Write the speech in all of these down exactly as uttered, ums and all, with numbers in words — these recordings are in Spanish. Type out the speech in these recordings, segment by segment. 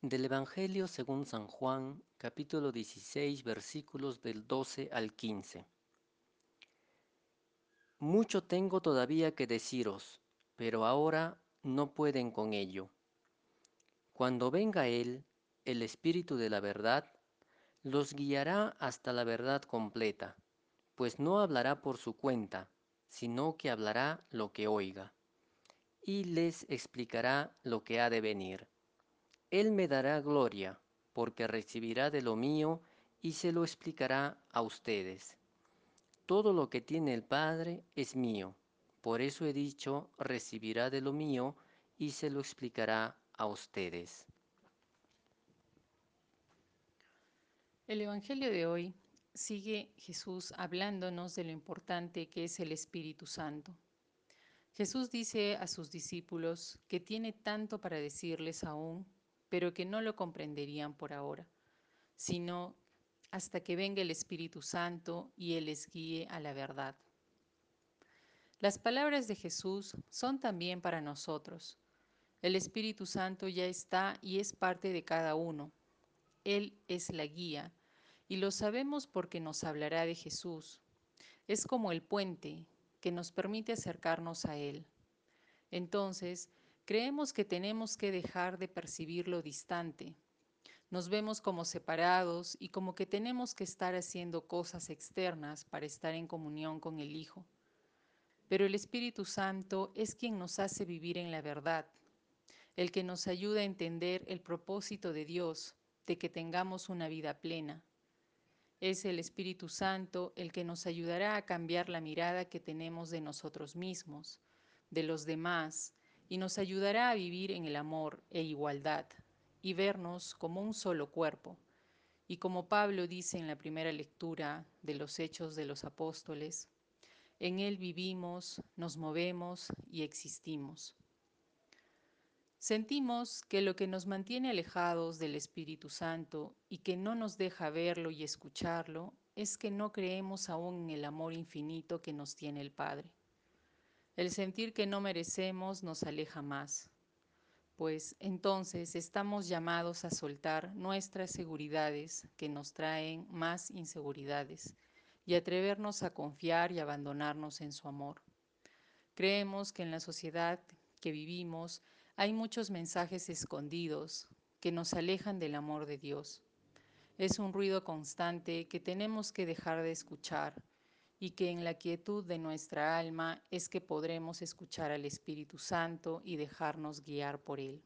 Del Evangelio según San Juan, capítulo dieciséis, versículos del doce al quince. Mucho tengo todavía que deciros, pero ahora no pueden con ello. Cuando venga Él, el Espíritu de la verdad, los guiará hasta la verdad completa, pues no hablará por su cuenta, sino que hablará lo que oiga, y les explicará lo que ha de venir. Él me dará gloria, porque recibirá de lo mío y se lo explicará a ustedes. Todo lo que tiene el Padre es mío. Por eso he dicho, recibirá de lo mío y se lo explicará a ustedes. El Evangelio de hoy sigue Jesús hablándonos de lo importante que es el Espíritu Santo. Jesús dice a sus discípulos que tiene tanto para decirles aún, pero que no lo comprenderían por ahora, sino hasta que venga el Espíritu Santo y Él les guíe a la verdad. Las palabras de Jesús son también para nosotros. El Espíritu Santo ya está y es parte de cada uno. Él es la guía, y lo sabemos porque nos hablará de Jesús. Es como el puente que nos permite acercarnos a Él. Entonces, creemos que tenemos que dejar de percibir lo distante. Nos vemos como separados y como que tenemos que estar haciendo cosas externas para estar en comunión con el Hijo. Pero el Espíritu Santo es quien nos hace vivir en la verdad, el que nos ayuda a entender el propósito de Dios, de que tengamos una vida plena. Es el Espíritu Santo el que nos ayudará a cambiar la mirada que tenemos de nosotros mismos, de los demás, y nos ayudará a vivir en el amor e igualdad y vernos como un solo cuerpo. Y como Pablo dice en la primera lectura de los Hechos de los Apóstoles, en Él vivimos, nos movemos y existimos. Sentimos que lo que nos mantiene alejados del Espíritu Santo y que no nos deja verlo y escucharlo es que no creemos aún en el amor infinito que nos tiene el Padre. El sentir que no merecemos nos aleja más, pues entonces estamos llamados a soltar nuestras seguridades que nos traen más inseguridades y atrevernos a confiar y abandonarnos en su amor. Creemos que en la sociedad que vivimos hay muchos mensajes escondidos que nos alejan del amor de Dios. Es un ruido constante que tenemos que dejar de escuchar y que en la quietud de nuestra alma es que podremos escuchar al Espíritu Santo y dejarnos guiar por Él.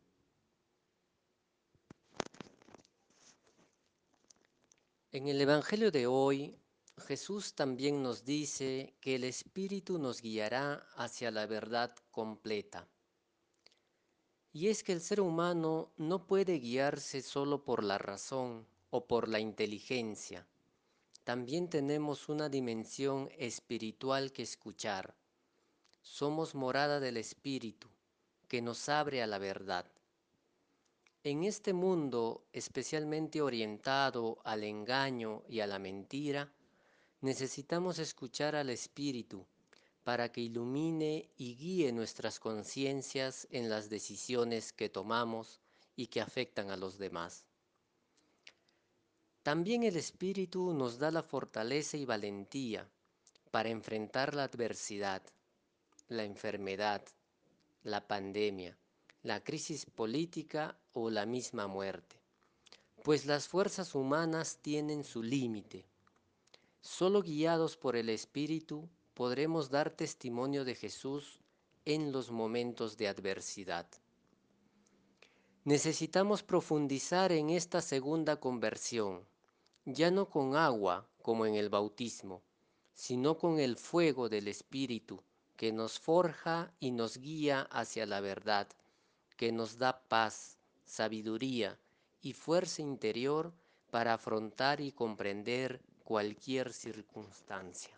En el Evangelio de hoy, Jesús también nos dice que el Espíritu nos guiará hacia la verdad completa. Y es que el ser humano no puede guiarse solo por la razón o por la inteligencia. También tenemos una dimensión espiritual que escuchar. Somos morada del Espíritu, que nos abre a la verdad. En este mundo especialmente orientado al engaño y a la mentira, necesitamos escuchar al Espíritu para que ilumine y guíe nuestras conciencias en las decisiones que tomamos y que afectan a los demás. También el Espíritu nos da la fortaleza y valentía para enfrentar la adversidad, la enfermedad, la pandemia, la crisis política o la misma muerte, pues las fuerzas humanas tienen su límite. Solo guiados por el Espíritu podremos dar testimonio de Jesús en los momentos de adversidad. Necesitamos profundizar en esta segunda conversión, ya no con agua como en el bautismo, sino con el fuego del Espíritu que nos forja y nos guía hacia la verdad, que nos da paz, sabiduría y fuerza interior para afrontar y comprender cualquier circunstancia.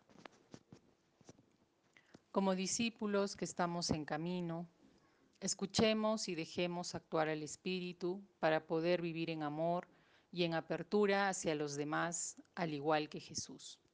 Como discípulos que estamos en camino, escuchemos y dejemos actuar al Espíritu para poder vivir en amor y en apertura hacia los demás, al igual que Jesús.